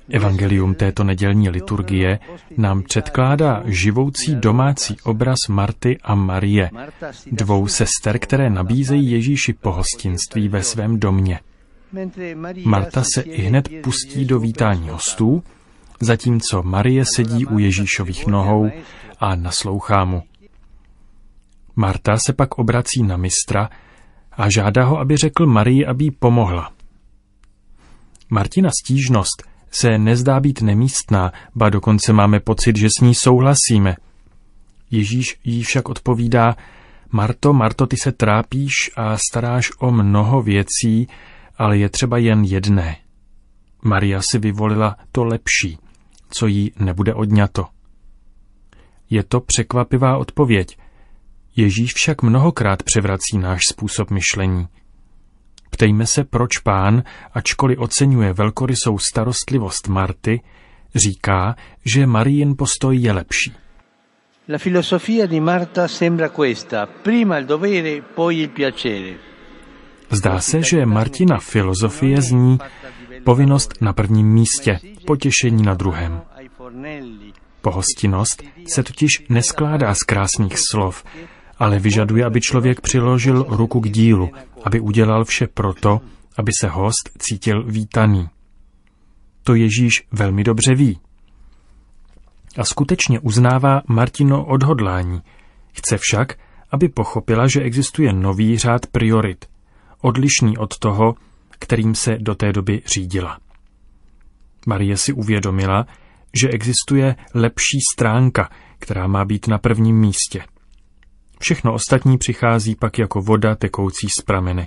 Evangelium této nedělní liturgie nám předkládá živoucí domácí obraz Marty a Marie, dvou sester, které nabízejí Ježíši pohostinství ve svém domě. Marta se ihned pustí do vítání hostů, zatímco Marie sedí u Ježíšových nohou a naslouchá mu. Marta se pak obrací na mistra a žádá ho, aby řekl Marii, aby jí pomohla. Martina stížnost se nezdá být nemístná, ba dokonce máme pocit, že s ní souhlasíme. Ježíš jí však odpovídá: Marto, Marto, ty se trápíš a staráš o mnoho věcí, ale je třeba jen jedné. Maria si vyvolila to lepší, co jí nebude odňato. Je to překvapivá odpověď. Ježíš však mnohokrát převrací náš způsob myšlení. Ptejme se, proč Pán, ačkoliv oceňuje velkorysou starostlivost Marty, říká, že Marijin postoj je lepší. La filosofia di Marta sembra questa: prima il dovere, poi il piacere. Zdá se, že Martina filozofie zní povinnost na prvním místě, potěšení na druhém. Pohostinnost se totiž neskládá z krásných slov, ale vyžaduje, aby člověk přiložil ruku k dílu, aby udělal vše proto, aby se host cítil vítaný. To Ježíš velmi dobře ví. A skutečně uznává Martino odhodlání. Chce však, aby pochopila, že existuje nový řád priorit, odlišný od toho, kterým se do té doby řídila. Marie si uvědomila, že existuje lepší stránka, která má být na prvním místě. Všechno ostatní přichází pak jako voda tekoucí z pramene.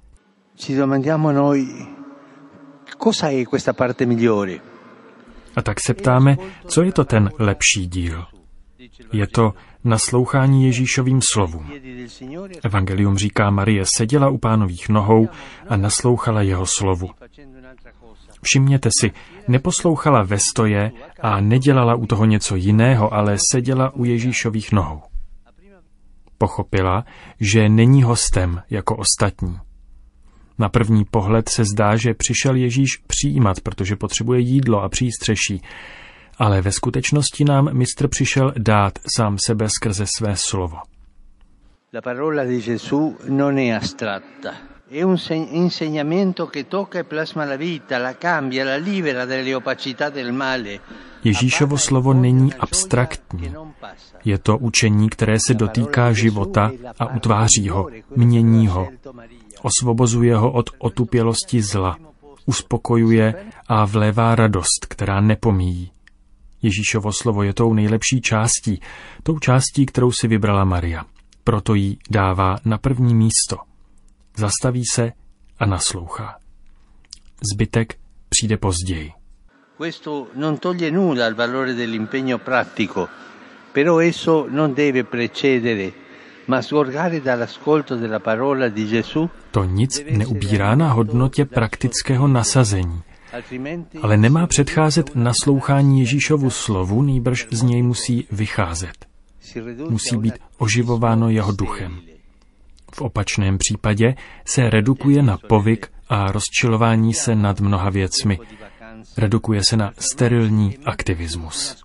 A tak se ptáme, co je to ten lepší díl? Je to naslouchání Ježíšovým slovům. Evangelium říká, Marie seděla u Pánových nohou a naslouchala jeho slovu. Všimněte si, neposlouchala ve stoje a nedělala u toho něco jiného, ale seděla u Ježíšových nohou. Pochopila, že není hostem jako ostatní. Na první pohled se zdá, že přišel Ježíš přijímat, protože potřebuje jídlo a přístřeší, ale ve skutečnosti nám mistr přišel dát sám sebe skrze své slovo. La parola di Gesù non è astratta. È un insegnamento che tocca e plasma la vita, la cambia, la libera dalle opacità del male. Ježíšovo slovo není abstraktní. Je to učení, které se dotýká života a utváří ho, mění ho. Osvobozuje ho od otupělosti zla, uspokojuje a vlévá radost, která nepomíjí. Ježíšovo slovo je tou nejlepší částí, tou částí, kterou si vybrala Maria. Proto ji dává na první místo. Zastaví se a naslouchá. Zbytek přijde později. Questo non toglie nulla al valore dell'impegno pratico, però esso non deve precedere, ma sgorgare dall'ascolto della parola di Gesù. To nic neubírá na hodnotě praktického nasazení, ale nemá předcházet naslouchání Ježíšovu slovu, nýbrž z něj musí vycházet. Musí být oživováno jeho duchem. V opačném případě se redukuje na povyk a rozčilování se nad mnoha věcmi. Redukuje se na sterilní aktivismus.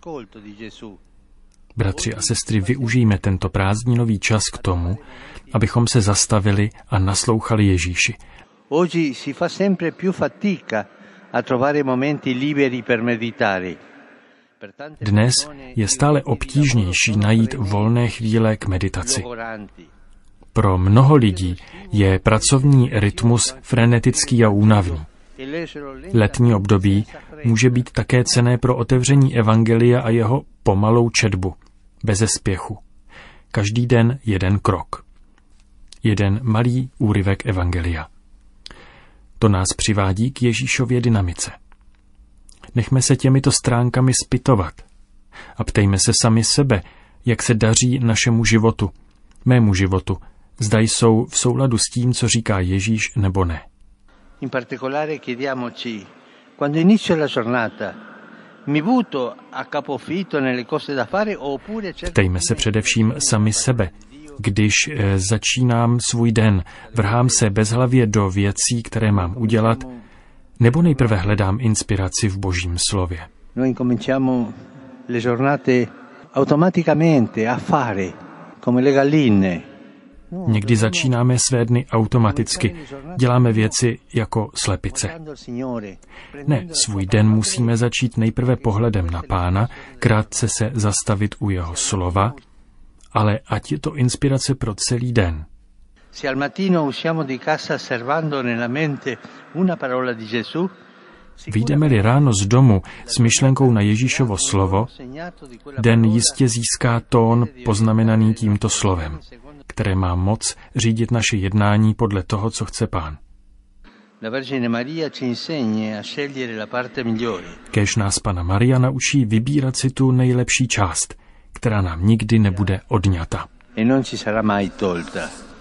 Bratři a sestry, využijme tento prázdninový čas k tomu, abychom se zastavili a naslouchali Ježíši. Oggi si fa sempre più fatica a trovare momenti liberi per meditare. Dnes je stále obtížnější najít volné chvíle k meditaci. Pro mnoho lidí je pracovní rytmus frenetický a únavný. Letní období může být také cenné pro otevření evangelia a jeho pomalou četbu, beze spěchu. Každý den jeden krok. Jeden malý úryvek evangelia. To nás přivádí k Ježíšově dynamice. Nechme se těmito stránkami zpytovat a ptejme se sami sebe, jak se daří našemu životu, mému životu, zda jsou v souladu s tím, co říká Ježíš, nebo ne. In particolare chiediamoci, quando inizio la giornata, mi butto a capofitto nelle cose da fare oppure cerco... Ptejme se především sami sebe. Když začínám svůj den, vrhám se bezhlavě do věcí, které mám udělat, Nebo nejprve hledám inspiraci v Božím slově? Noi incominciamo le giornate automaticamente a fare, come le galline. Někdy začínáme své dny automaticky. Děláme věci jako slepice. Ne, svůj den musíme začít nejprve pohledem na Pána, krátce se zastavit u jeho slova, ale ať je to inspirace pro celý den. Se al mattino usciamo di casa servando nella mente una parola di Gesù, vyjdeme-li ráno z domu s myšlenkou na Ježíšovo slovo, den jistě získá tón poznamenaný tímto slovem, které má moc řídit naše jednání podle toho, co chce Pán. Kéž nás Panna Maria naučí vybírat si tu nejlepší část, která nám nikdy nebude odňata. E non ci sarà mai tolta.